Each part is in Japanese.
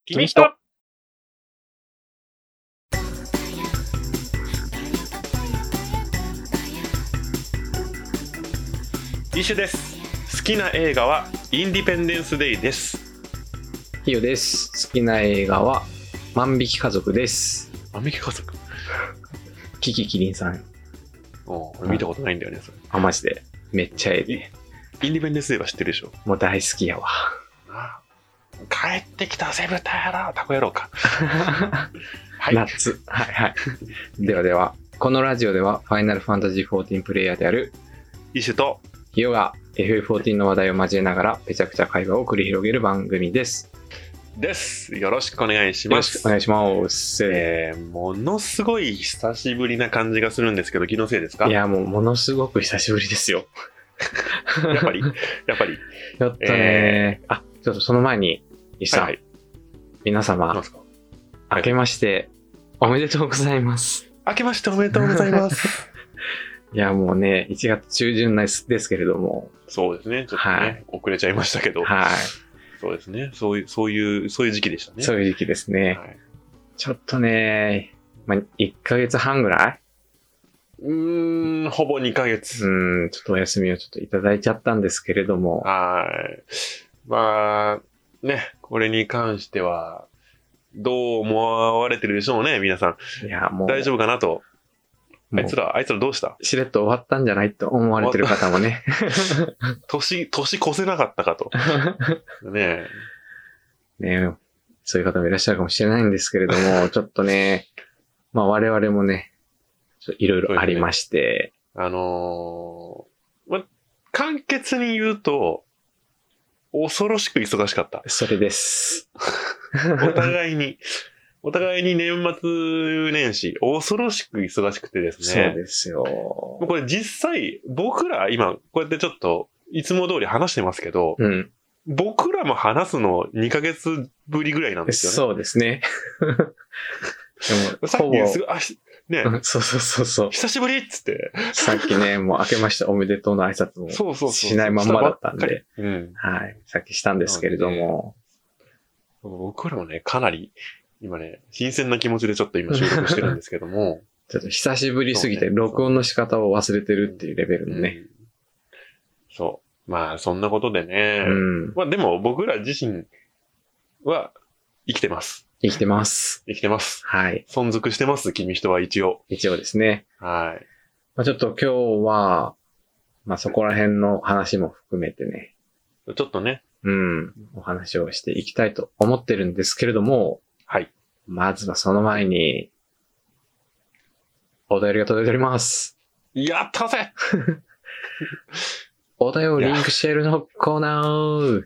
君とイシュです。好きな映画はインディペンデンスデイです。 ヒヨです。好きな映画は万引き家族です。 万引き家族、 キキキリンさん。 俺見たことないんだよねそれ。 マジでめっちゃええで。 インディペンデンスデイは知ってるでしょ。 もう大好きやわ。 帰ってきたセブタやらタコ野郎か。はい、 夏。はいはい。ではこのラジオではファイナルファンタジー14プレイヤーであるイシュとヒヨが FF14 の話題を交えながらめちゃくちゃ会話を繰り広げる番組です。 よろしくお願いします。 よろしくお願いします。 ものすごい久しぶりな感じがするんですけど、気のせいですか？ いやものすごく久しぶりですよ。 やっぱりちょっとね、ちょっとその前にイシさん、皆様明けましておめでとうございます。 明けましておめでとうございます。 いやもうね1月中旬ですけれども、 そうですね、ちょっとね、遅れちゃいましたけど、そうですね、そういう時期でしたね。 そういう時期ですね。ちょっとね、1ヶ月半ぐらいほぼ2ヶ月。 ちょっとお休みをちょっといただいちゃったんですけれども。 まあ、ね、これに関しては、どう思われてるでしょうね、皆さん。 いや、もう。 大丈夫かなと。あいつらどうした？ しれっと終わったんじゃないと思われてる方もね。 年越せなかったかと。ねえ。そういう方もいらっしゃるかもしれないんですけれども、ちょっとね、我々もね、いろいろありまして。 簡潔に言うと、恐ろしく忙しかった。 それです。 お互いに年末年始、恐ろしく忙しくてですね。 そうですよ。 これ実際、僕ら今、こうやってちょっと、いつも通り話してますけど、僕らも話すの2ヶ月ぶりぐらいなんですよね。 そうですね。 でもさっきね、 そう。 久しぶりっつって。 さっきね、もう明けましておめでとうの挨拶もしないまんまだったんで、さっきしたんですけれども。 僕らもね、かなり、今ね、新鮮な気持ちでちょっと今収録してるんですけども。 ちょっと久しぶりすぎて、録音の仕方を忘れてるっていうレベルのね。 そう。そんなことでね。でも僕ら自身は生きてます。 生きてます。はい。 存続してます、君人は一応。 一応ですね。 はい。 ちょっと今日は、そこら辺の話も含めてね。 ちょっとね。 お話をしていきたいと思ってるんですけれども。 はい。 まずはその前に、お便りが届いております。 やったぜお便りリンクシェルのコーナー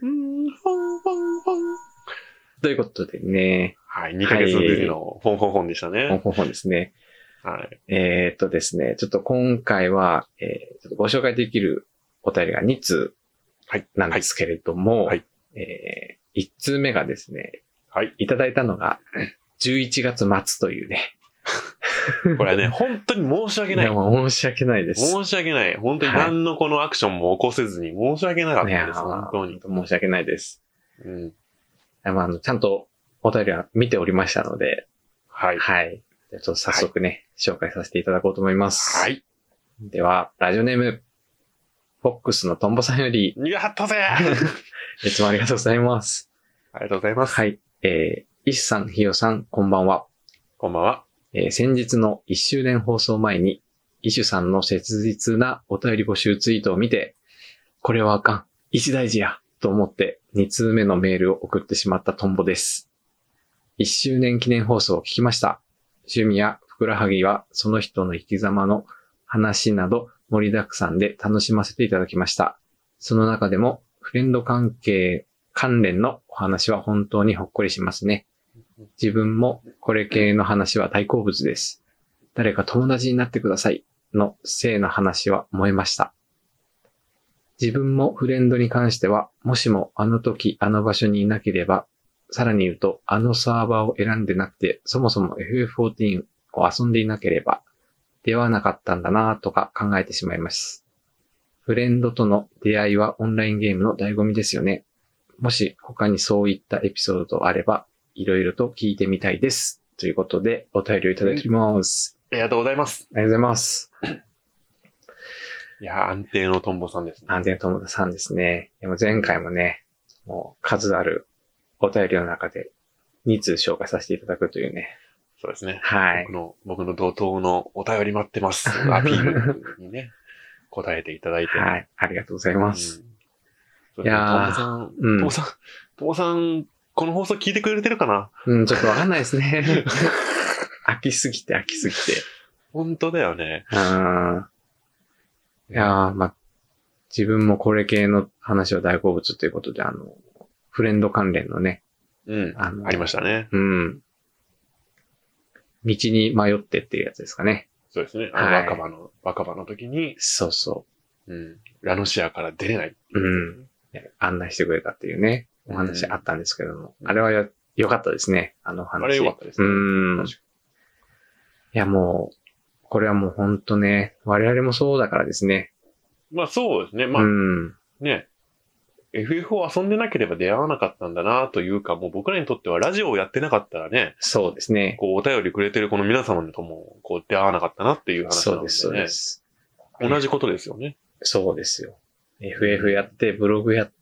ということでね。 はい、2ヶ月ぶりのフォンでしたね。 フォンですね。 はい。 ですね、ちょっと今回は、ちょっとご紹介できるお便りが2通なんですけれども、1通目がですね、いただいたのが11月末というね。 これね、本当に申し訳ない。 申し訳ないです。 申し訳ない。本当に何のこのアクションも起こせずに申し訳なかったです。本当に。 申し訳ないです。ちゃんとお便りは見ておりましたので、はい。じゃあちょっと早速ね、紹介させていただこうと思います。 はい。 では、ラジオネーム、フォックスのトンボさんより。 やったぜいつもありがとうございます。 ありがとうございます。 はい。イシさん、ヒヨさん、こんばんは。 こんばんは。 先日の1周年放送前に、イシュさんの切実なお便り募集ツイートを見て、これはあかん、一大事や、と思って2通目のメールを送ってしまったトンボです。1周年記念放送を聞きました。趣味やふくらはぎはその人の生き様の話など盛りだくさんで楽しませていただきました。その中でもフレンド関係関連のお話は本当にほっこりしますね。自分もこれ系の話は大好物です。誰か友達になってくださいの性の話は燃えました。自分もフレンドに関しては、もしもあの時あの場所にいなければ、さらに言うとあのサーバーを選んでなくて、そもそも FF14 を遊んでいなければ、出会わなかったんだなぁとか考えてしまいます。フレンドとの出会いはオンラインゲームの醍醐味ですよね。もし他にそういったエピソードあればいろいろと聞いてみたいです。ということで、お便りをいただいております。 ありがとうございます。 ありがとうございます。 いや、安定のトンボさんですね。 安定のトンボさんですね。でも前回もね、もう数あるお便りの中で2通紹介させていただくというね。 そうですね。 はい。 僕の怒涛のお便り待ってます。アピールにね、答えていただいて。 はい。ありがとうございます。 いやー、トンボさん、この放送聞いてくれてるかな？ ちょっとわかんないですね。飽きすぎて。 本当だよね。 いやー、まあ、自分もこれ系の話は大好物ということで、フレンド関連のね。 ありましたね。 道に迷ってっていうやつですかね。 そうですね。若葉の時に。 そうそう。 ラノシアから出れない。 案内してくれたっていうね、お話あったんですけども。あれは良かったですね、あの話。 あれ良かったですね。 いやもう、これはもうほんとね、我々もそうだからですね。 まあそうですね。まあ、ね。FF を遊んでなければ出会わなかったんだなというか、もう僕らにとってはラジオをやってなかったらね。 そうですね。 こうお便りくれてるこの皆様とも、こう出会わなかったなっていう話なんでね。 そうです。 同じことですよね。 そうですよ。FF やって、ブログやって、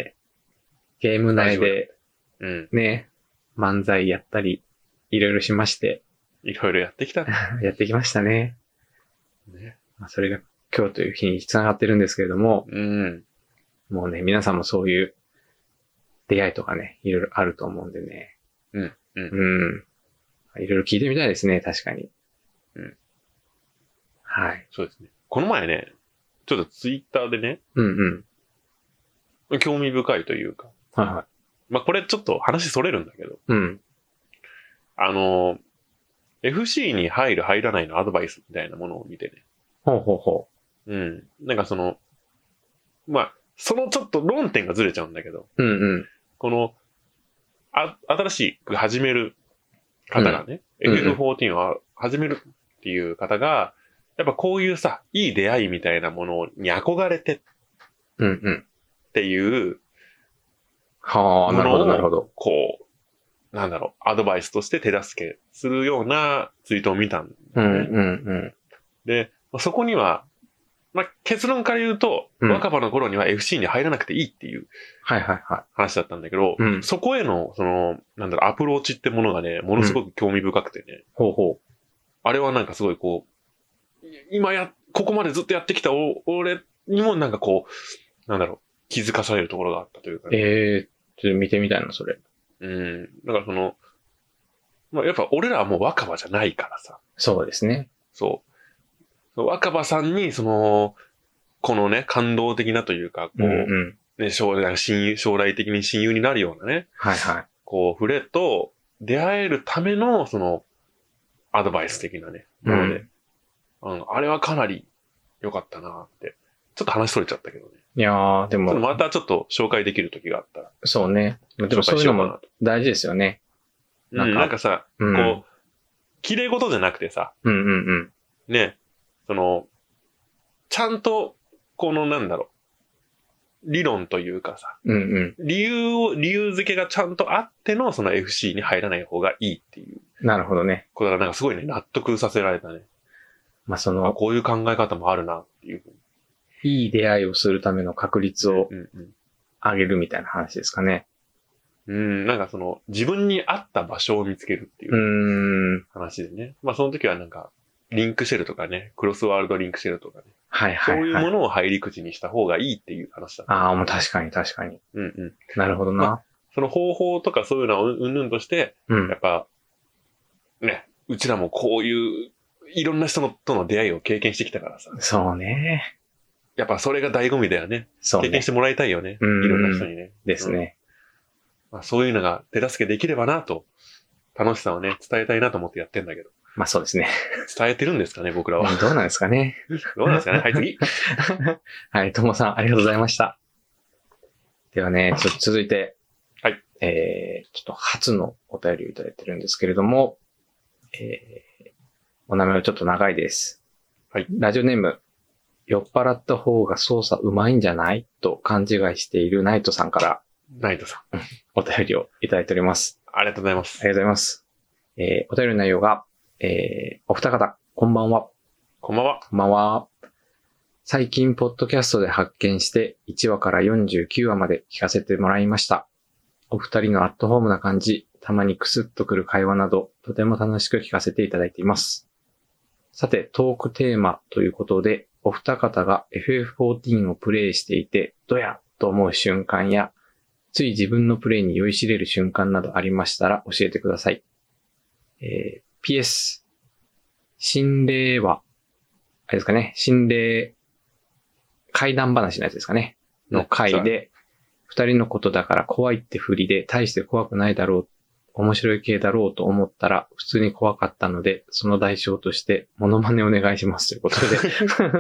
ゲーム内で、ね、漫才やったり、いろいろしまして。 いろいろやってきた。 やってきましたね。まあ、それが今日という日に繋がってるんですけれども、もうね、皆さんもそういう出会いとかね、いろいろあると思うんでね。いろいろ聞いてみたいですね、確かに。はい。 そうですね。この前ね、ちょっとツイッターでね、興味深いというか、まあこれちょっと話それるんだけど、FC に入る入らないのアドバイスみたいなものを見てね。なんかまあ、そのちょっと論点がずれちゃうんだけど、この、新しく始める方がね、FF14 を始めるっていう方が、やっぱこういうさ、いい出会いみたいなものに憧れて、っていう、 はあ、なるほど、なるほど。 こう、なんだろう、アドバイスとして手助けするようなツイートを見たんだよね。で、そこには、まあ、結論から言うと、若葉の頃には FC に入らなくていいっていう話だったんだけど、そこへの、なんだろう、アプローチってものがね、ものすごく興味深くてね。あれはなんかすごいこう、ここまでずっとやってきた俺にもなんかこう、なんだろう、気づかされるところがあったというか、ね。 ちょっと見てみたいな、それ。 だからまあ、やっぱ俺らはもう若葉じゃないからさ。 そうですね。 若葉さんに、このね、感動的なというか、こう、ね、将来的に親友になるようなね。こう、フレと出会えるための、アドバイス的なね、もので。あれはかなり良かったなって。ちょっと話それちゃったけどね。 いやー、でも。 またちょっと紹介できる時があったら。 そうね。でもそういうのも大事ですよね。 なんかさ、こう、綺麗事じゃなくてさ、ね、ちゃんと、なんだろう、理論というかさ、理由付けがちゃんとあっての、FC に入らない方がいいっていう。 なるほどね。 これがなんかすごいね、納得させられたね。まあこういう考え方もあるなっていう。 いい出会いをするための確率を上げるみたいな話ですかね。 なんか自分に合った場所を見つけるっていう話でね。まあその時はなんか、リンクシェルとかね、クロスワールドリンクシェルとかね。そういうものを入り口にした方がいいっていう話だった。 もう確かに。なるほどな。 まあ、その方法とかそういうのはうんぬんとして、やっぱ、ね、うちらもこういう、いろんな人との出会いを経験してきたからさ。 そうね。 やっぱそれが醍醐味だよね。経験してもらいたいよね。いろんな人にね。 ですね。 まあ、そういうのが手助けできればなと、楽しさをね、伝えたいなと思ってやってんだけど。 まあそうですね。 伝えてるんですかね、僕らは。 どうなんですかね。 どうなんですかね。はい、次。 はい、ともさん、ありがとうございました。ではね、ちょっと続いて、ちょっと初のお便りをいただいてるんですけれども、お名前はちょっと長いです。ラジオネーム、酔っ払った方が操作うまいんじゃないと勘違いしているナイトさんから、 ナイトさん。 お便りをいただいております。 ありがとうございます。 ありがとうございます。お便りの内容が、お二方、こんばんは。 こんばんは。 こんばんは。最近、ポッドキャストで発見して、1話から49話まで聞かせてもらいました。お二人のアットホームな感じ、たまにクスッとくる会話など、とても楽しく聞かせていただいています。さて、トークテーマということで、お二方が FF14 をプレイしていて、どやと思う瞬間や、つい自分のプレイに酔いしれる瞬間などありましたら教えてください。PS、心霊は、あれですかね、心霊怪談話のやつですかね、の回で、二人のことだから怖いって振りで、大して怖くないだろう、面白い系だろうと思ったら、普通に怖かったので、その代償として、モノマネお願いしますということで、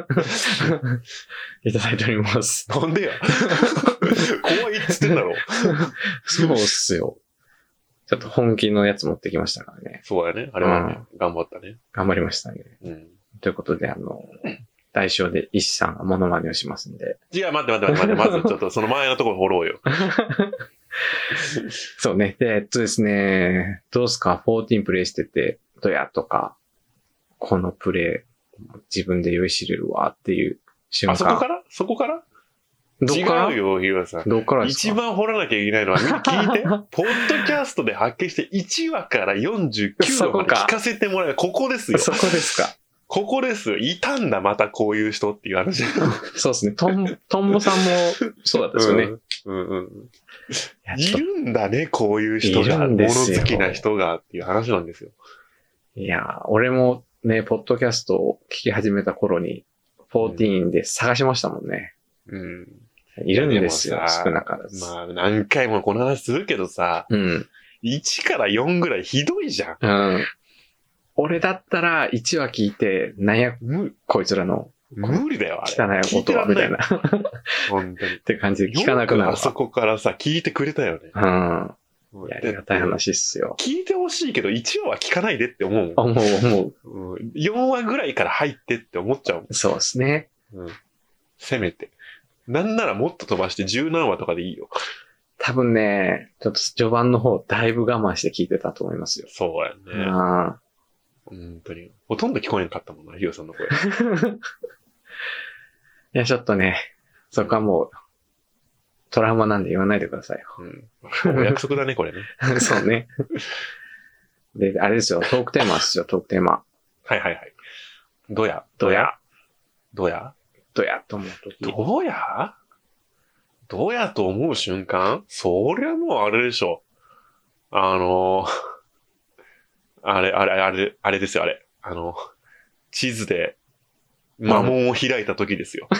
いただいております。 なんでや怖いっつってんだろ。 そうっすよ。ちょっと本気のやつ持ってきましたからね。 そうやね。あれはね、頑張ったね。 頑張りましたね。 うん。 ということで、代償で石さんがモノマネをしますんで。 違う、待って。まずちょっとその前のところ掘ろうよ。 そうね。で、ですね、どうすか ?14 プレイしてて、どやとか、このプレイ、自分で酔いしれるわっていう瞬間。 あ、そこからどっから違うよ、ヒロさん。 どっからですか？ 一番掘らなきゃいけないのは、聞いて。ポッドキャストで発見して1話から49話まで聞かせてもらえる。ここですよ。 そこですか。 ここですよ。いたんだ、またこういう人っていう話。 そうですね。トンボさんもそうだったですよね。 いるんだね、こういう人が。物好きな人がっていう話なんですよ。 いや、俺もね、ポッドキャストを聞き始めた頃に、14で探しましたもんね。 うん。 いるんですよ、少なからず。 まあ、何回もこの話するけどさ、 うん。 1から4ぐらいひどいじゃん。 うん。俺だったら1話聞いて、なんや、こいつらの。 無理だよ、あれ。 汚いことは、みたいな。 本当に。 って感じで聞かなくなる。 あそこからさ、聞いてくれたよね。 うん。いや、ありがたい話っすよ。 聞いてほしいけど、1話は聞かないでって思う。 思う。 4話ぐらいから入ってって思っちゃう。 そうですね。 うん。せめて。なんならもっと飛ばして10何話とかでいいよ。 多分ね、ちょっと序盤の方、だいぶ我慢して聞いてたと思いますよ。 そうやね。 本当に。ほとんど聞こえんかったもんな、ヒロさんの声。 いや、ちょっとね、そこはもう、トラウマなんで言わないでくださいよ。 お約束だね、これね。 そうね。で、あれですよ、トークテーマですよ、トークテーマ。 はい。どやと思うとき。 どやと思う瞬間？そりゃもうあれでしょ。あれですよ、あれ。地図で、魔門を開いた時ですよ。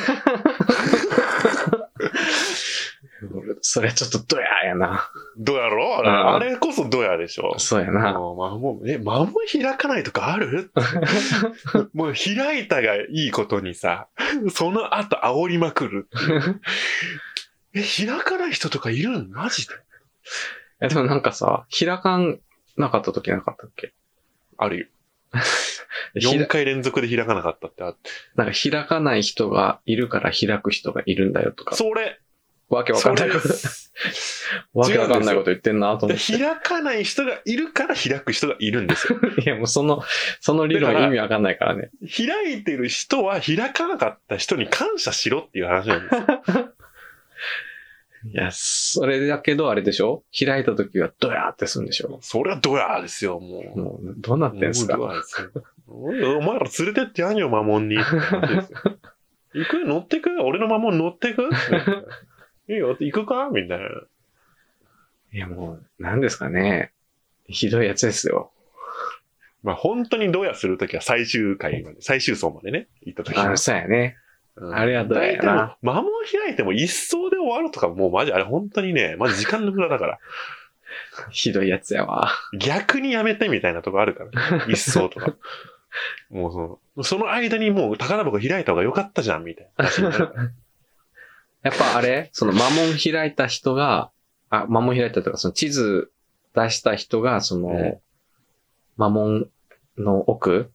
それちょっとドヤやな。 どやろ？あれこそドヤでしょ。 そうやな。 魔門開かないとかある？もう開いたがいいことにさ、その後煽りまくるっていう。開かない人とかいるん？マジで？ でもなんかさ、開かなかった時なかったっけ？ あるよ。4回連続で開かなかったってあって。 なんか開かない人がいるから開く人がいるんだよとか。 それわけわかんないこと。わけわかんないこと言ってんなと思って。 開かない人がいるから開く人がいるんですよ。 いやもうその理論意味わかんないからね。 開いてる人は開かなかった人に感謝しろっていう話なんですよ。 いや、それだけどあれでしょ？開いた時はドヤーってするんでしょ？ そりゃドヤーですよ、もう。 もう、どうなってんすか？ お前ら連れてってやんよ、魔門に。行く？乗ってく？俺の魔門乗ってく？いいよ、行くかみたいな。 いや、もう、何ですかね。ひどいやつですよ。 まあ、本当にドヤするときは最終層までね、行ったときは。 そうやね。あれはドヤやな。 魔門開いても一層で終わるとか、もうマジ、あれ本当にね、マジ時間の無駄だから。 ひどいやつやわ。 逆にやめてみたいなとこあるから、ね、一層とか。もうその間にもう宝箱開いた方が良かったじゃん、みたいな話になるから。 やっぱあれその魔門開いた人が、魔門開いたとか、その地図出した人が、その、魔門の奥、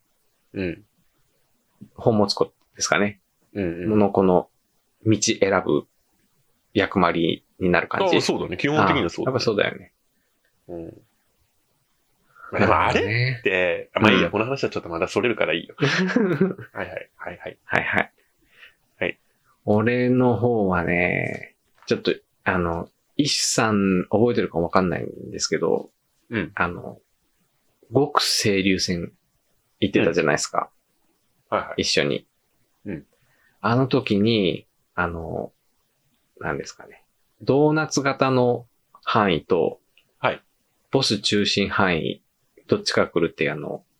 本持つ子ですかね。のこの道選ぶ役割になる感じ。 そうだね。基本的にはそうだね。 やっぱそうだよね。 うん。でもあれって、まあいいや、この話はちょっとまだそれるからいいよ。はいはい。はいはい。 はいはい。 はい。 俺の方はね、ちょっと、イシさん覚えてるかわかんないんですけど、 うん。 極清流線行ってたじゃないですか。 はいはい。 一緒に。 うん。 あの時に、何ですかね。ドーナツ型の範囲と、 はい。 ボス中心範囲、どっちか来るって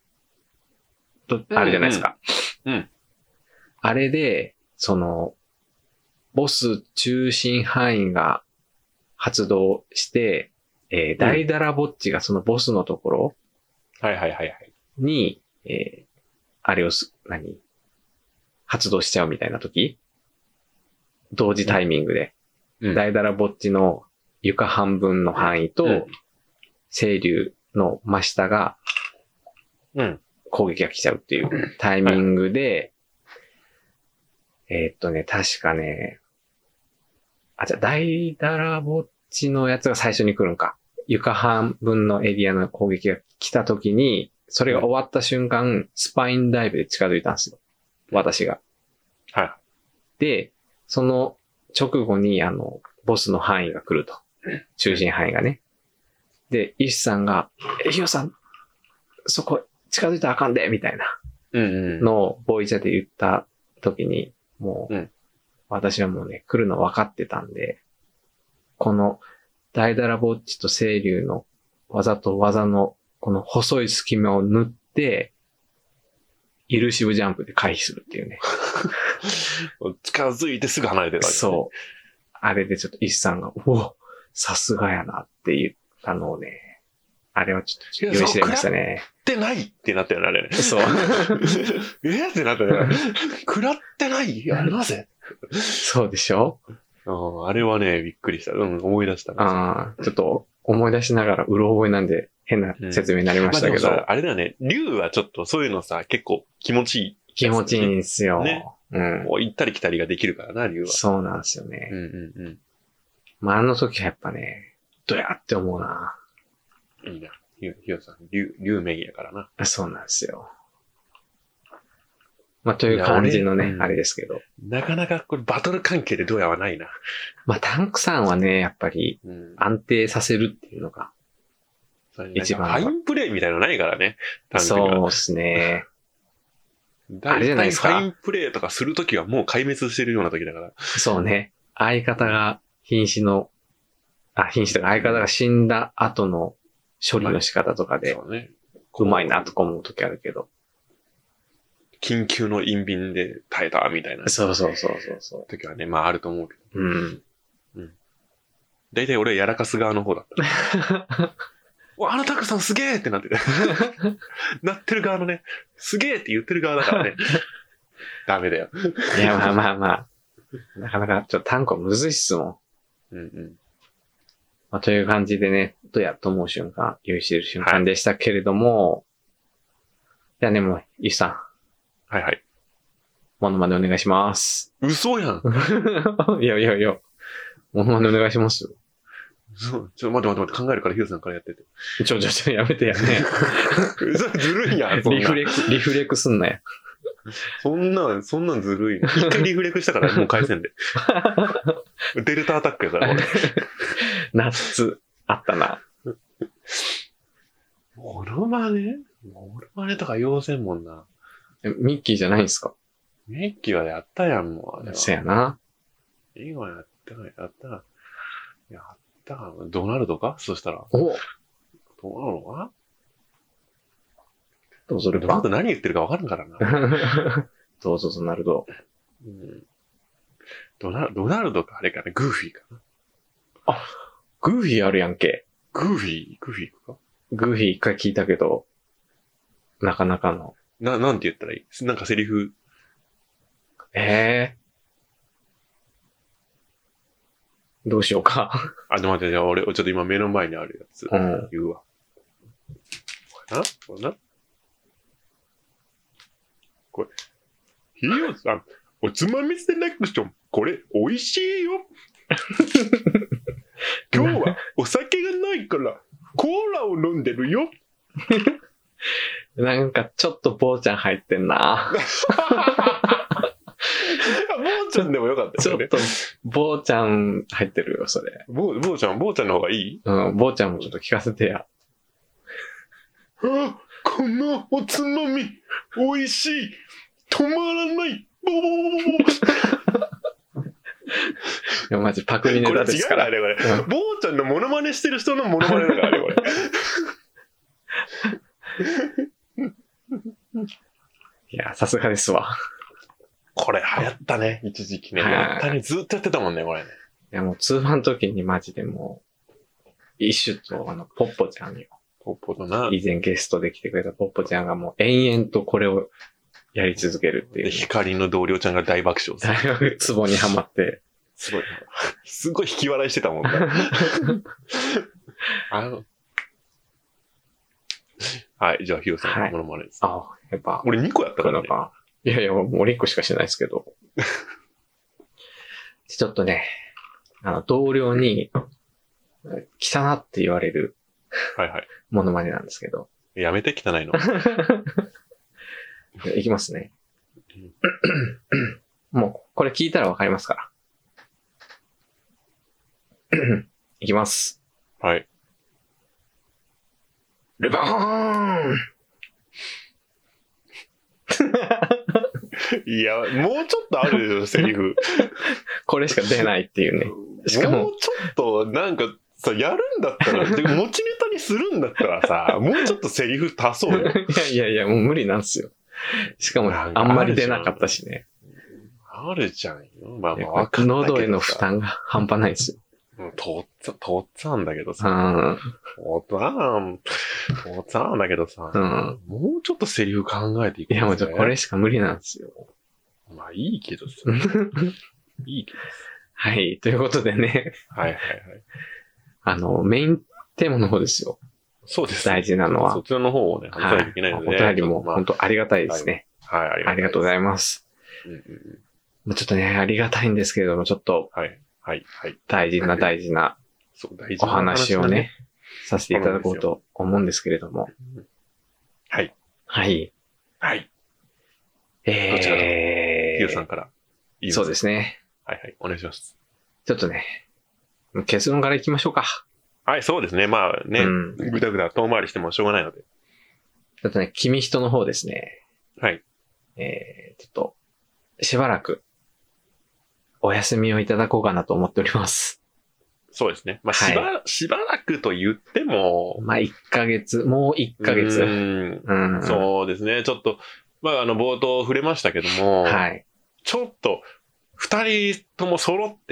あるじゃないですか。 うん。 あれで、ボス中心範囲が発動して、大だらぼっちがそのボスのところはいはいはいはい。 に、あれを発動しちゃうみたいな時同時タイミングで、大だらぼっちの床半分の範囲と、清流の真下が、攻撃が来ちゃうっていうタイミングで、確かね、じゃあ大だらぼっちのやつが最初に来るんか。床半分のエリアの攻撃が来た時に、それが終わった瞬間、スパインダイブで近づいたんですよ。私が。 はい。 で、その直後に、ボスの範囲が来ると。中心範囲がね。で、イシさんが、ヒヨさん、そこ近づいたらあかんでみたいなのをボイチャで言った時に、もう、私はもうね、来るの分かってたんで、この大だらぼっちと清流の技と技のこの細い隙間を縫って、イルシブジャンプで回避するっていうね。 近づいてすぐ離れてるわけですね。 そう。あれでちょっとイシさんが、おさすがやなって言ったのをね、あれはちょっと用意してましたね。 食らってないってなったよね、あれね。 そう。 ってなったよね。食らってないなぜそうでしょ？ あれはね、びっくりした。思い出した、ね。 ちょっと思い出しながらうろ覚えなんで変な説明になりましたけど。 まあ、あれだよね。竜はちょっとそういうのさ、結構気持ちいい、ね。 気持ちいいんですよ。 ね。もう行ったり来たりができるからな、竜は。 そうなんですよね。まあ、あの時はやっぱね、どやって思うな。 いいな。ひよさん、竜名義やからな。 そうなんですよ。まあ、という感じのね、あれですけど。 なかなかこれバトル関係でどうやはないな。 まあ、タンクさんはね、やっぱり安定させるっていうのが一番。 ファインプレーみたいなのないからね。 そうですね。 あれじゃないですか。ファインプレーとかするときはもう壊滅してるような時だから。 そうね。相方が瀕死とか相方が死んだ後の処理の仕方とかで、うまいなとか思う時あるけど。 緊急の陰便で耐えたみたいな。 そう。 時はね、まああると思うけど。大体俺はやらかす側の方だった。あのタクさんすげーってなってて。なってる側のね、すげーって言ってる側だからね。ダメだよ。 いや、まあ。なかなかちょっと単語むずいっすもん。まあ、という感じでね、どやと思う瞬間、用意している瞬間でしたけれども、じゃあね、もう、イシさん。 はい。 モノマネお願いします。 嘘やん。 いや。モノマネお願いしますよ。 待って、考えるからヒヨさんからやってて。 やめてやね。 ずるいやん、 リフレクすんなや。 そんなんずるい。一回リフレクしたからもう返せんで。デルタアタックやから、俺。 夏、あったな。 モノマネとか要せんもんな。 ミッキーじゃないんすか？ ミッキーはやったやん、もう。 せやな。 今やったか。ドナルドかそしたら。 おどうなのかどうぞルパン。 ドナルド何言ってるか分からんからな。 どうぞドナルド。 ドナルドかあれかな、グーフィーかな。 あ、グーフィーあるやんけ。 グーフィーかグーフィー一回聞いたけど、なかなかの。 なんて言ったらいいなんかセリフ。 どうしようか。 でも待って、じゃあ俺、ちょっと今目の前にあるやつ。言うわ。これな。これ。ヒヨさん、おつまみセレクション。これ、美味しいよ。 今日はお酒がないからコーラを飲んでるよ。 なんかちょっと坊ちゃん入ってんな。 坊ちゃんでもよかったよね。 ちょっと坊ちゃん入ってるよ、それ。 坊ちゃんの方がいい？ うん、坊ちゃんもちょっと聞かせてや。 あ、このおつまみ、美味しい。止まらない。ボボボボボ。 いや、マジパクリネタですから。 これ違うあれ、これ。坊ちゃんのモノマネしてる人のモノマネだからね、これ。 いや、さすがですわ。 これ流行ったね、一時期ね。やったね、ずっとやってたもんね、これね。 いや、もう通販の時にマジでもう、一種とポッポちゃんよ。 ポッポとな。 以前ゲストで来てくれたポッポちゃんがもう延々とこれをやり続けるっていう、 で、光の同僚ちゃんが大爆笑する。 大学ツボにはまって。 すごい引き笑いしてたもんね。はい、じゃあ、ヒロさんのモノマネです。 あ、やっぱ。 俺2個やったからね。 いやいや、もう俺1個しかしてないですけど。ちょっとね、同僚に、汚って言われる、 はいはい。 モノマネなんですけど。 やめて、汚いの。 いきますね。もう、これ聞いたらわかりますから。いきます。 はい。 ルボーンいや、もうちょっとあるよ、セリフ。 これしか出ないっていうね。しかももうちょっと、なんか、さ、やるんだったら、持ちネタにするんだったらさ、もうちょっとセリフ足そうよ。 いやいや、もう無理なんですよ。しかも、あんまり出なかったしね。 あるじゃんよ。まあまあ、 分かったけど喉への負担が半端ないですよ。 とっつぁんだけどさ。とっつぁんだけどさ。もうちょっとセリフ考えていく、 いや、もうこれしか無理なんですよ。 まあいいけどさ。いいけどさ。 はい。ということでね。 はいはいはい。 メインテーマの方ですよ。 そうです。 大事なのは。 そちらの方をね、話さないといけないので。 お便りも本当ありがたいですね。 はい、 ありがとうございます。ちょっとね、ありがたいんですけれども、ちょっと。 はい。はいはい。 大事なお話をね、させていただこうと思うんですけれども。 はい。 はい。 はい。どちらヒロさんからいいですか？そうですね。 はいはい。お願いします。 ちょっとね、結論からいきましょうか。 はい、そうですね。まあね、ぐだぐだ遠回りしてもしょうがないので。 ちょっとね、君人の方ですね。 はい。 ちょっと、しばらく、お休みをいただこうかなと思っております。 そうですね。まあ、しばらくと言っても。 まあ、1ヶ月、もう1ヶ月。 そうですね。ちょっと、まあ、冒頭触れましたけども。 はい。 ちょっと、2人とも揃って、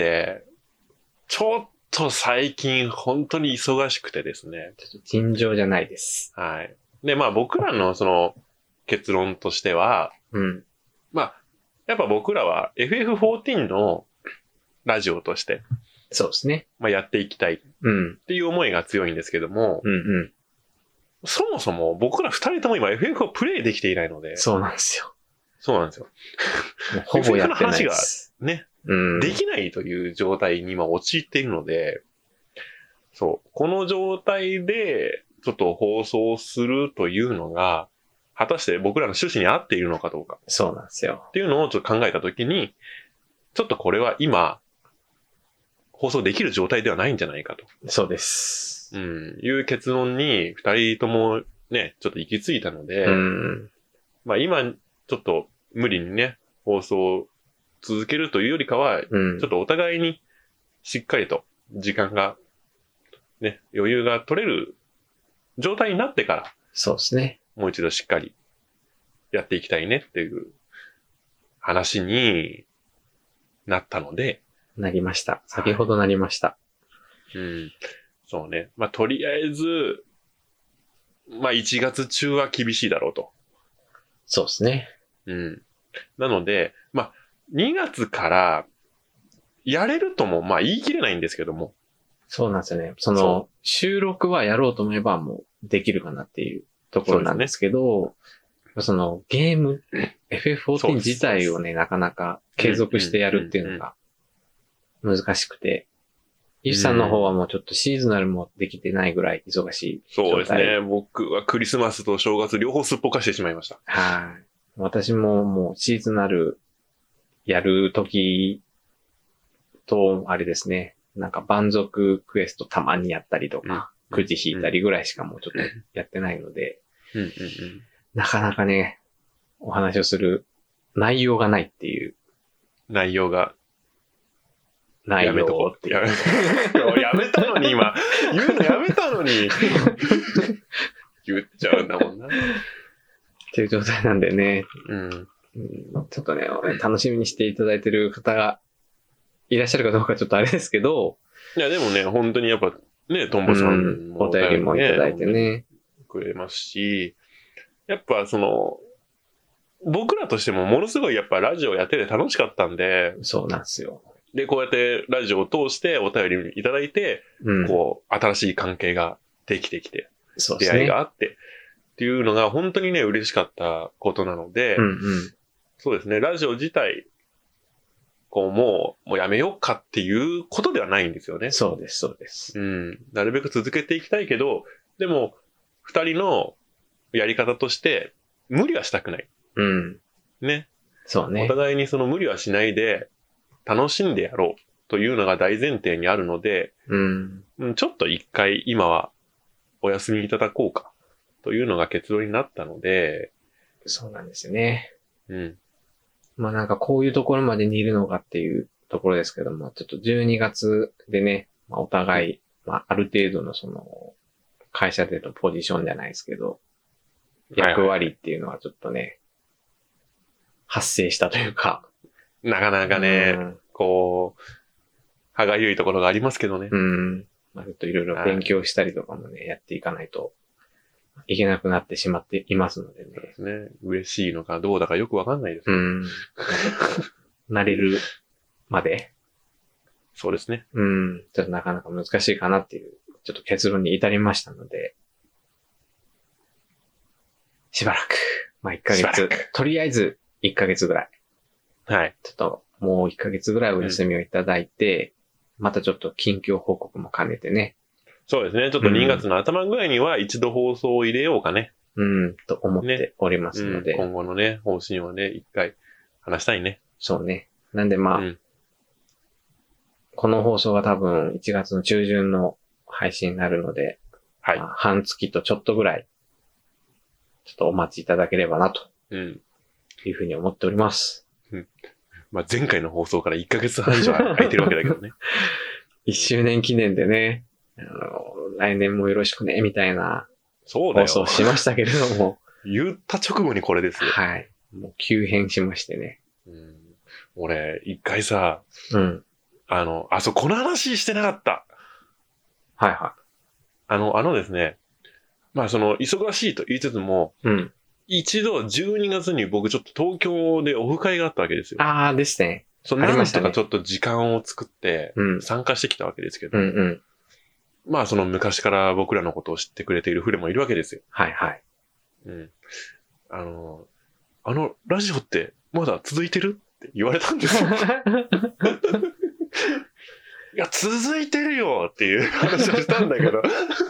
ちょっと最近本当に忙しくてですね。 ちょっと尋常じゃないです。 はい。で、まあ僕らの結論としては、まあ、やっぱ僕らは FF14 のラジオとして、 そうですね。 まあやっていきたいっていう思いが強いんですけども、そもそも僕ら2人とも今 FF をプレイできていないので。 そうなんですよ。 そうなんですよ。 もうほぼやってないです。 ね。できないという状態に今陥っているので、そう。この状態で、ちょっと放送するというのが、果たして僕らの趣旨に合っているのかどうか。 そうなんですよ。 っていうのをちょっと考えたときに、ちょっとこれは今、放送できる状態ではないんじゃないかと。 そうです。 いう結論に二人ともね、ちょっと行き着いたので、まあ今、ちょっと無理にね、放送を続けるというよりかは、ちょっとお互いにしっかりと時間が、ね、余裕が取れる状態になってから、 そうですね。 もう一度しっかりやっていきたいねっていう話になったので。 なりました。先ほどなりました。 そうね。まあ、とりあえず、まあ、1月中は厳しいだろうと。 そうですね。 なので、まあ、2月からやれるとも、まあ、言い切れないんですけども。 そうなんですよね。収録はやろうと思えばもうできるかなっていうところなんですけど、ゲーム、FF14 自体をね、なかなか継続してやるっていうのが、 難しくて、イシさんの方はもうちょっとシーズナルもできてないぐらい忙しい状態。 そうですね。僕はクリスマスと正月両方すっぽかしてしまいました。 はい。私ももうシーズナルやるときと、あれですね。なんか蛮族クエストたまにやったりとか、くじ引いたりぐらいしかもうちょっとやってないので、なかなかね、お話をする内容がないっていう。 内容が。 内容っていう。 やめたのに今。言うのやめたのに。言っちゃうんだもんな。 っていう状態なんでね。ちょっとね、楽しみにしていただいてる方がいらっしゃるかどうかちょっとあれですけど。 いや、でもね、本当にやっぱね、トンボさんも、お便りもいただいてね。 くれますし、やっぱ僕らとしてもものすごいやっぱラジオやってて楽しかったんで。 そうなんですよ。 で、こうやってラジオを通してお便りいただいて、こう、新しい関係ができてきて、出会いがあって、っていうのが本当にね、嬉しかったことなので、そうですね、ラジオ自体、こう、もうやめようかっていうことではないんですよね。 そうです、そうです。 なるべく続けていきたいけど、でも、二人のやり方として、無理はしたくない。ね。 そうね。 お互いにその無理はしないで、楽しんでやろうというのが大前提にあるので、ちょっと一回今はお休みいただこうかというのが結論になったので。 そうなんですよね。まあなんかこういうところまでにいるのかっていうところですけども、ちょっと12月でね、まあ、お互い、まあある程度のその会社でのポジションじゃないですけど、役割っていうのはちょっとね、発生したというか。 なかなかね、こう、歯がゆいところがありますけどね。 まあ、ちょっといろいろ勉強したりとかもね、やっていかないといけなくなってしまっていますのでね。 そうですね。嬉しいのかどうだかよくわかんないです。 慣れるまで。 そうですね。 ちょっとなかなか難しいかなっていう、ちょっと結論に至りましたので、しばらく、まあ1ヶ月、とりあえず1ヶ月ぐらい。 はい。 ちょっともう1ヶ月ぐらいお休みをいただいて、またちょっと近況報告も兼ねてね。 そうですね。ちょっと2月の頭ぐらいには一度放送を入れようかね。 と思っておりますので。 今後のね、方針をね、一回話したいね。 そうね。なんでまあ、この放送が多分1月の中旬の配信になるので、 はい。 まあ、半月とちょっとぐらい、ちょっとお待ちいただければなと。いうふうに思っております。 まあ前回の放送から1ヶ月半以上空いてるわけだけどね。 1周年記念でね、来年もよろしくね、みたいな放送しましたけれども。 言った直後にこれですよ。 はい。もう急変しましてね。 俺、一回さ、そう、この話してなかった。 はいはい。 ですね、まあ忙しいと言いつつも、一度12月に僕ちょっと東京でオフ会があったわけですよ。 ですね。 なんとかちょっと時間を作って参加してきたわけですけど、まあ昔から僕らのことを知ってくれているフレもいるわけですよ。 はいはい。 ラジオってまだ続いてるって言われたんですよ。いや、続いてるよっていう話をしたんだけど。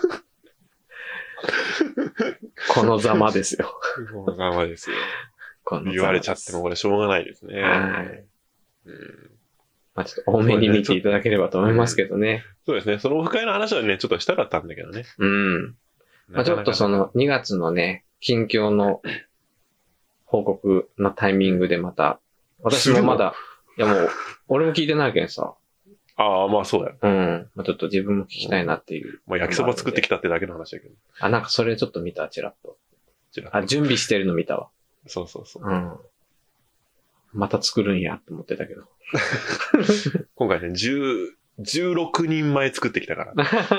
このざまですよ。 このざまですよ。言われちゃってもこれしょうがないですね。 はい。まあちょっと多めに見ていただければと思いますけどね。 そうですね。そのオフ会の話はね、ちょっとしたかったんだけどね。 まあちょっと2月のね、近況の報告のタイミングでまた、私もまだ、いやもう、俺も聞いてないけんさ。 まあそうだよ。 まあちょっと自分も聞きたいなっていう。 まあ焼きそば作ってきたってだけの話だけど。 なんかそれちょっと見た、ちらっと。準備してるの見たわ。 そうそうそう。 また作るんやって思ってたけど。 今回ね、16人前作ってきたから。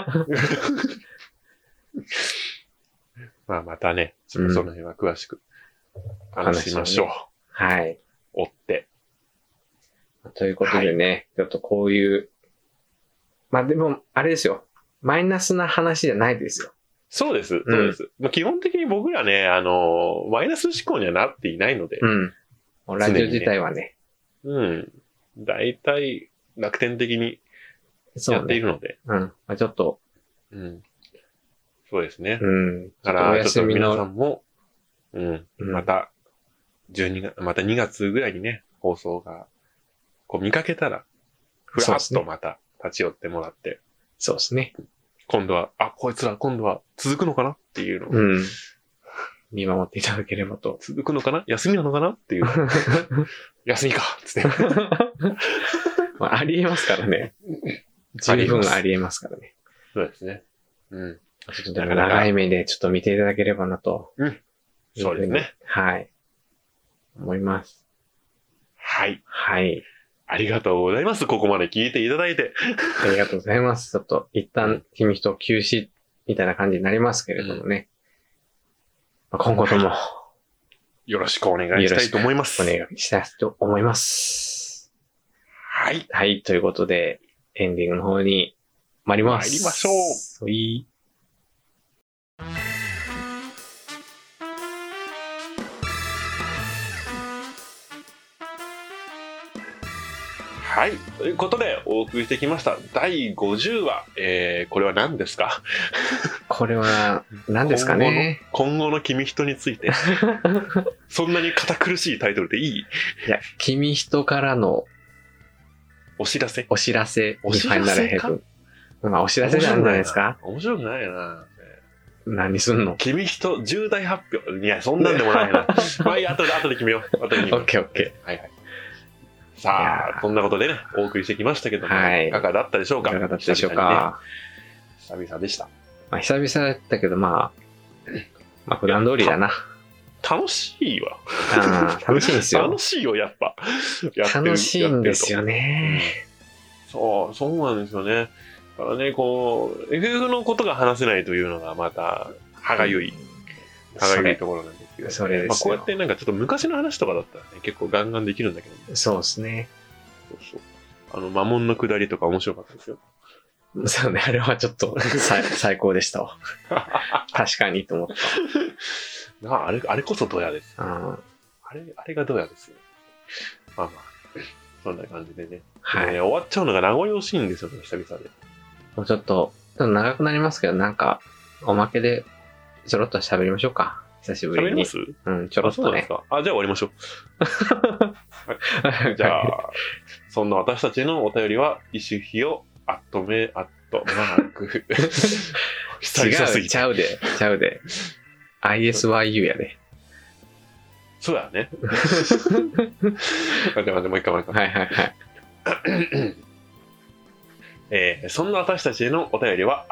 まあまたね、ちょっとその辺は詳しく話しましょう。 はい。 追って。 ということでね、ちょっとこういう、まあでも、あれですよ。マイナスな話じゃないですよ。 そうです、そうです。まあ基本的に僕らね、マイナス思考にはなっていないので。 ラジオ自体はね。 大体、 楽天的にそうやっていね。 るので。 うん。まあ、ちょっと、 うん。そうですね。 うん。ちょだから、ちょっっとお休みと皆さの、 んも、うん。 うんまた、また2月ぐらいにね、放送が、こう見かけたら、ふらっとまた立ち寄ってもらって、 そうですね。 今度は、こいつら今度は続くのかなっていうのを、 うん。見守っていただければと。 続くのかな休みなのかなっていう。休みかつって。 まあ、ありえますからね。十分ありえますからね。 そうですね。うん。 ちょっとだから長い目でちょっと見ていただければなと。 うん。そうですね。 はい。思います。 はい。 はい。 ありがとうございます。ここまで聞いていただいて。 ありがとうございます。ちょっと一旦君人休止みたいな感じになりますけれどもね。まあ今後ともよろしくお願いしたいと思います。 お願いしたいと思います。 はい。 はい。ということで、エンディングの方に参ります。 参りましょう。 はい。 はい。ということで、お送りしてきました。第50話。これは何ですか？ これは何ですかね。 今後の君人について。そんなに堅苦しいタイトルでいい？ いや、君人からのお知らせ。 にファイナルヘブン。まあ、お知らせなんじゃないですか？ 面白くないな。 何すんの？ 君人重大発表。いや、そんなんでもないな。まあいいや、後で決めよう。後で決めよう。 オッケーオッケー。はいはい。さあ、こんなことでね、お送りしてきましたけども、 はい、 いかがだったでしょうか？ いかがだったでしょうか？ 久々でした。 まあ、久々だったけど、まあ、普段通りだな。 楽しいわ。 楽しいんですよ。 楽しいよ、やっぱ。 楽しいんですよね。 そうなんですよね。だからね、こう、FF のことが話せないというのがまた、歯がゆいところなんですけど、 それですこうやってなんかちょっと昔の話とかだったらね、結構ガンガンできるんだけど、ね、 そうですね。 魔文の下りとか面白かったですよ。 そうね、あれはちょっと最高でしたわ。確かにと思った。 あれこそドヤです。 あれがドヤですよ。まあ、そんな感じでね。 はい。 終わっちゃうのが名残惜しいんですよね、久々で。 もうちょっと長くなりますけど、なんか、おまけで、ちょろっと喋りましょうか。久しぶりに。 喋ります？ うん、ちょろっとね。 じゃあ終わりましょう。はい、じゃあ、そんな私たちのお便りは、イシュヒヨアットマーク。久々すぎて。 ちゃうで。ISYU やで。 そうやね。待って、もう一回。 はい。 そんな私たちへのお便りは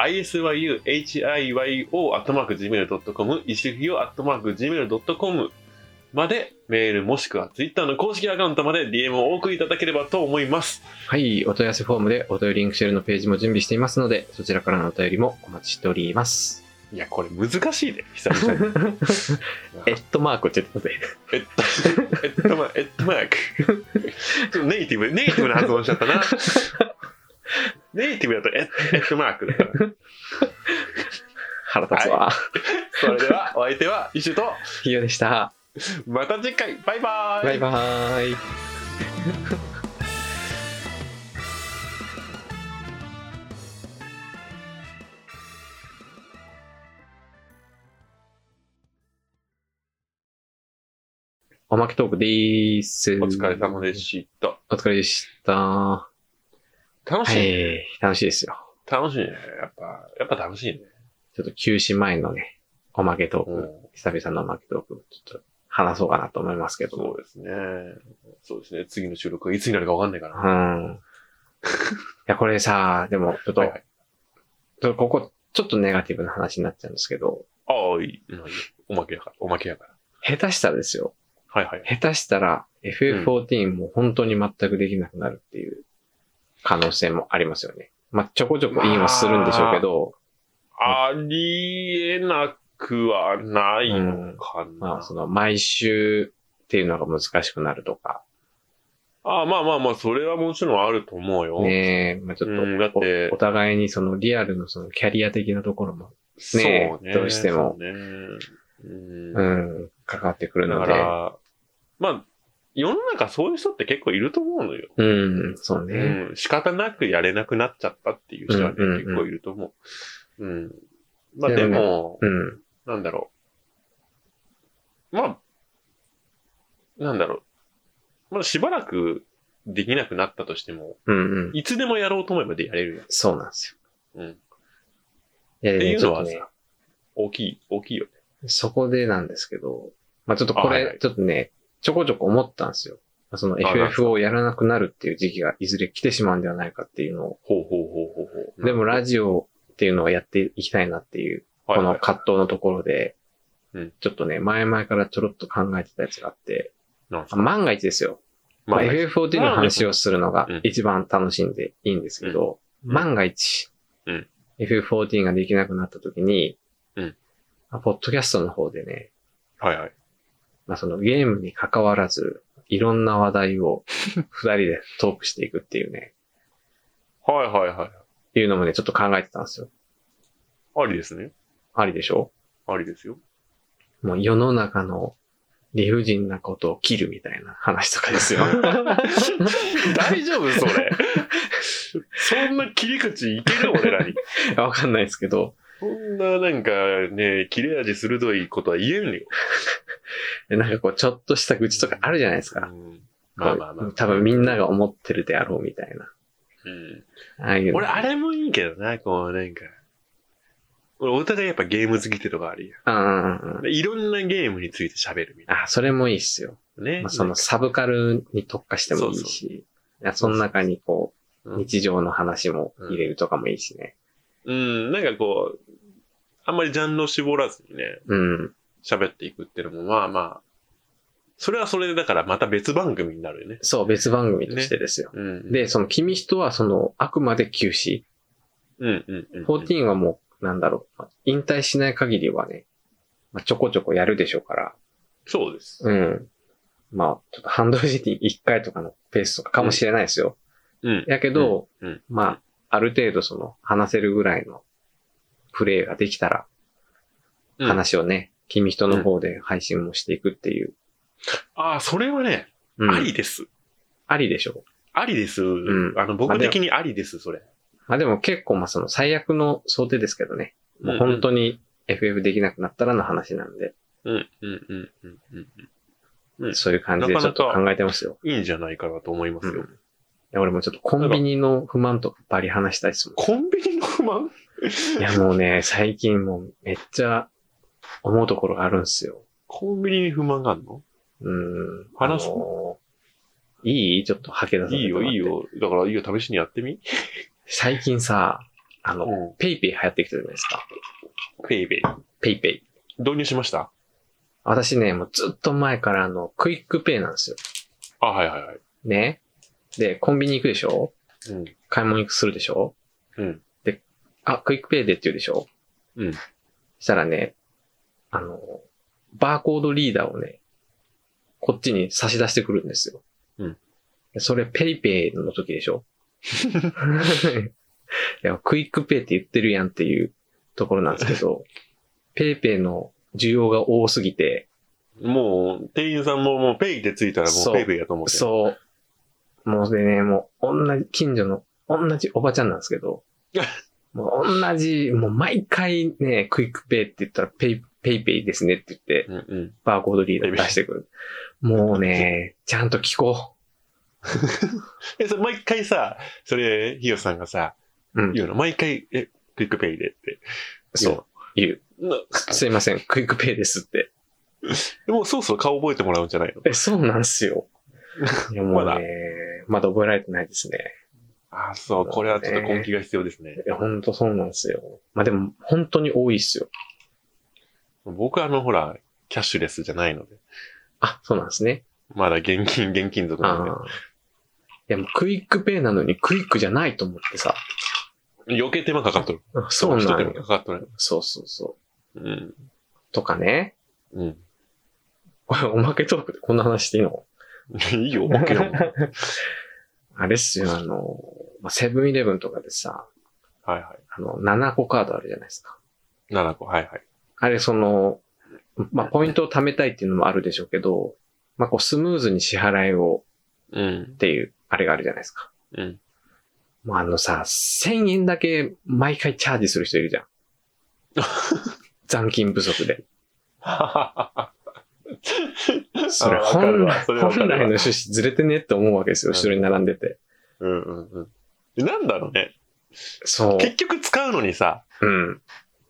isyuhiyo@gmail.com イシュヒヨ@gmail.com までメールもしくは Twitter の公式アカウントまで DM をお送りいただければと思います。 はい、お問い合わせフォームでお便りリンクシェルのページも準備していますので、そちらからのお便りもお待ちしております。 いや、これ難しいね、久々に。 マークって言ってたマーク。ちょっとネイティブな発音しちゃったな。ネイティブだとマークだから。 腹立つわ、はい。 それでは、お相手はイシュとヒヨでした。 また次回、バイバーイ。 バイバーイ。おまけトークでーす。 お疲れ様でした。 お疲れでした。 楽しい、 はい、楽しいですよ。 楽しいね。やっぱ楽しいね。 ちょっと休止前のね、おまけトーク、久々のおまけトーク、ちょっと話そうかなと思いますけど。 そうですね。次の収録がいつになるかわかんないから。 いや、これさ、でも、ちょっと、ここ、ちょっとネガティブな話になっちゃうんですけど。 いい。おまけやから。 下手したらですよ。 はい。 下手したら、FF14 も本当に全くできなくなるっていう可能性もありますよね。まあ、ちょこちょこインはするんでしょうけど。 ありえなくはないのかな。 まあ、毎週っていうのが難しくなるとか。 まあ、それはもちろんあると思うよ。 ねえ、まあちょっと、 だってお互いにリアルのキャリア的なところも、ね、どうしても、関わってくるので。 だから、まあ、 世の中そういう人って結構いると思うのよ。 うん、そうね。 うん。仕方なくやれなくなっちゃったっていう人はね、 うんうんうん結構いると思う。うん。まあでも、 うん。 なんだろう。まあ、なんだろう。まあしばらくできなくなったとしても、 うんうん。 いつでもやろうと思えばでやれるよ。 そうなんですよ。 うん。 いや、 ってでね、 いうのはさ、 ちょっとね、 大きいよね。 そこでなんですけど、まあちょっとこれ、 はいはいちょっとね、ちょこちょこ思ったんですよ。その FF をやらなくなるっていう時期がいずれ来てしまうんではないかっていうのを。 ほうほうほうほうほう。 でもラジジオっていうのをやっていきたいなっていう、 オこの葛藤のところでうん、 ちょっとね、前々からちょろっと考えてたやつがあって、 なんすか万が一ですよ。まあ、FF14 の話をするのが一番楽しんでいいんですけど、万が一、FF14 ができなくなった時に、ポッドキャストの方でね、 はいはい。 まあそのゲームに関わらず、いろんな話題を二人でトークしていくっていうね。 はいはいはい。 っていうのもね、ちょっと考えてたんですよ。 ありですね。 ありでしょ？ ありですよ。 もう世の中の理不尽なことを切るみたいな話とかですよ。 大丈夫それ。そんな切り口いける俺らに。 わかんないですけど。 そんななんかね、切れ味鋭いことは言えんよ。 なんかこう、ちょっとした愚痴とかあるじゃないですか。 まあまあまあ。 多分みんなが思ってるであろうみたいな。ああいう俺、あれもいいけどな、こうなんか。俺、お互いやっぱゲーム好きってとこあるやん。いろんなゲームについて喋るみたいな。 あ、それもいいっすよ。ね。まあ、そのサブカルに特化してもいいし、その中にこう、日常の話も入れるとかもいいしね。 なんかこう、あんまりジャンルを絞らずにね、喋っていくっていうのも、まあまあ、それはそれでだからまた別番組になるよね。 そう、別番組としてですよ。で、その君人はその、あくまで休止。14はもう、なんだろう、引退しない限りはね、まあ、ちょこちょこやるでしょうから。 そうです。 まあ、ちょっと半年に1回とかのペースとかかもしれないですよ。やけど、まあ、ある程度その、話せるぐらいのプレイができたら、話をね、君人の方で配信もしていくっていう。 ああ、それはね、ありです。 ありでしょ。 ありです。僕的にありです、それ。 まあでも結構まあその最悪の想定ですけどね。もう本当に FF できなくなったらの話なんで。そういう感じでちょっと考えてますよ。 いいんじゃないかなと思いますよ。 俺もちょっとコンビニの不満とかバリ話したいですもん。 コンビニの不満いやもうね、最近もうめっちゃ思うところがあるんですよ。 コンビニに不満があるの？話す？ いい？ちょっと吐け出させていいよ、いいよ。だからいいよ、試しにやってみ？ 最近さ、ペイペイ流行ってきてるじゃないですか。 ペイペイ。 ペイペイ。 導入しました？ 私ね、もうずっと前からクイックペイなんですよ。 あ、はいはいはい。 ね。で、コンビニ行くでしょ？買い物するでしょ？で、クイックペイでって言うでしょ？したらね、バーコードリーダーをね、こっちに差し出してくるんですよ。それペイペイの時でしょ？いや、クイックペイって言ってるやんっていうところなんですけど、ペイペイの需要が多すぎて、 もう、店員さんももうペイってついたらもうペイペイやと思う。 そう。もうでね、もう同じ、近所の同じおばちゃんなんですけど、もう同じ、もう毎回ね、クイックペイって言ったらペイペイですねって言って、バーコードリーダー出してくる。もうね、ちゃんと聞こう。それ毎回さ、それ、ヒヨさんがさ、言うの。毎回、クイックペイでって。 そう、言う。すいません、クイックペイですって。 でもそろそろ顔覚えてもらうんじゃないの？ そうなんですよ。いやもうね、まだ覚えられてないですね。 あ、そう、これはちょっと根気が必要ですね。 いや、ほんとそうなんですよ。まあでも、本当に多いっすよ。 僕はほら、キャッシュレスじゃないので。 あ、そうなんですね。 まだ現金属なんで。 いや、もうクイックペイなのにクイックじゃないと思ってさ。 余計手間かかっとる。 そうなんだよ。かかっとる。 そうそうそう。とかね。これ、おまけトークでこんな話していいの？ いいよ、おまけよ。 あれっすよ、セブンイレブンとかでさ。 はいはい。 7個カードあるじゃないですか。 7個、はいはい。 あれ、ポイントを貯めたいっていうのもあるでしょうけど、 まあ、こう、スムーズに支払いをうんっ。ていう、あれがあるじゃないですか。 うん。 もうさ、1000円だけ毎回チャージする人いるじゃん。残金不足で。それわかるわ本来の趣旨ずれてねって思うわけですよ、後ろに並んでて。 うんうんうん。なんだろうね。 そう。 結局使うのにさ、 うん。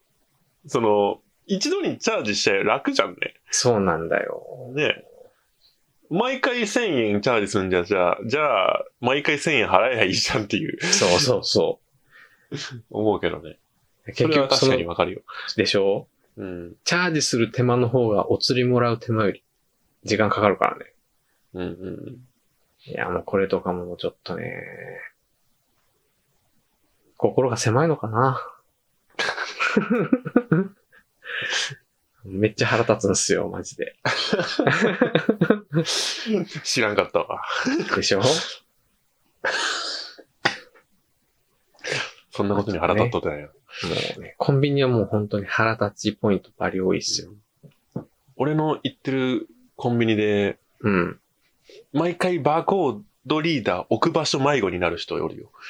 一度にチャージしちゃえば楽じゃんね。 そうなんだよ。 ね。毎回1000円チャージするんじゃ、じゃあ、毎回1000円払えばいいじゃんっていう。 そうそうそ思うけどね。 う。 それは確かにわかるよ。 でしょ？ うん。 チャージする手間の方がお釣りもらう手間より時間かかるからね。 うんうん。 いや、もうこれとかもちょっとね、心が狭いのかな。めっちゃ腹立つんですよ、マジで。 知らんかったわ。 でしょ？ そんなことに腹立っとったんや。 もうね、コンビニはもう本当に腹立ちポイントバリ多いっすよ。 俺の行ってるコンビニで、 うん。 毎回バーコードリーダー置く場所迷子になる人おるよ。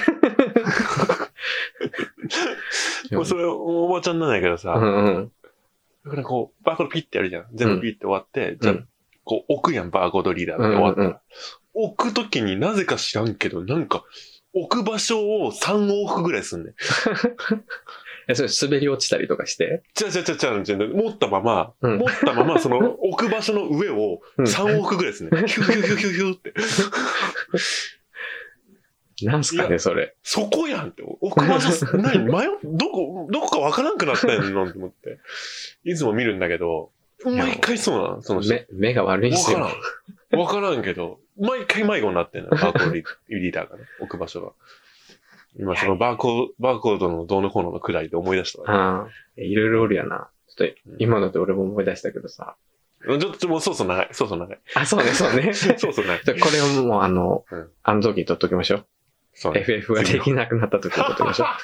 もうそれおばちゃんなんだけどさ、 うんうん。 だからこう、バーコードピッてやるじゃん。全部ピッて終わって、じゃあ、こう置くやん、バーコードリーダーで終わったら。置くときになぜか知らんけど、なんか、置く場所を3往復ぐらいすんねん。 それ滑り落ちたりとかして。 持ったまま、その置く場所の上を3往復ぐらいすんねん。ヒューヒューヒューヒューヒューって。 なんすかね、それ。 そこやんって。置く場所、どこかわからんくなったんのって思って。いつも見るんだけど、毎回そうなの、その人。 目が悪いんすよ。 わからんけど、毎回迷子になってんの、バーコードリーダーがね、置く場所が。今そのバーコードのどうのこうののくらいで思い出したわ。 いろいろおるやな。ちょっと、今ので俺も思い出したけどさ。 ちょっともうそうそう長い。 あ、そうね。 そう長い。 これをもうあの時に撮っときましょう。 そうね。 FF ができなくなった時に撮っときましょう。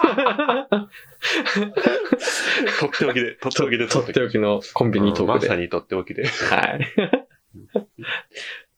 とっておきで。 とっておきのコンビニトークで。 まさにとっておきで。 はい。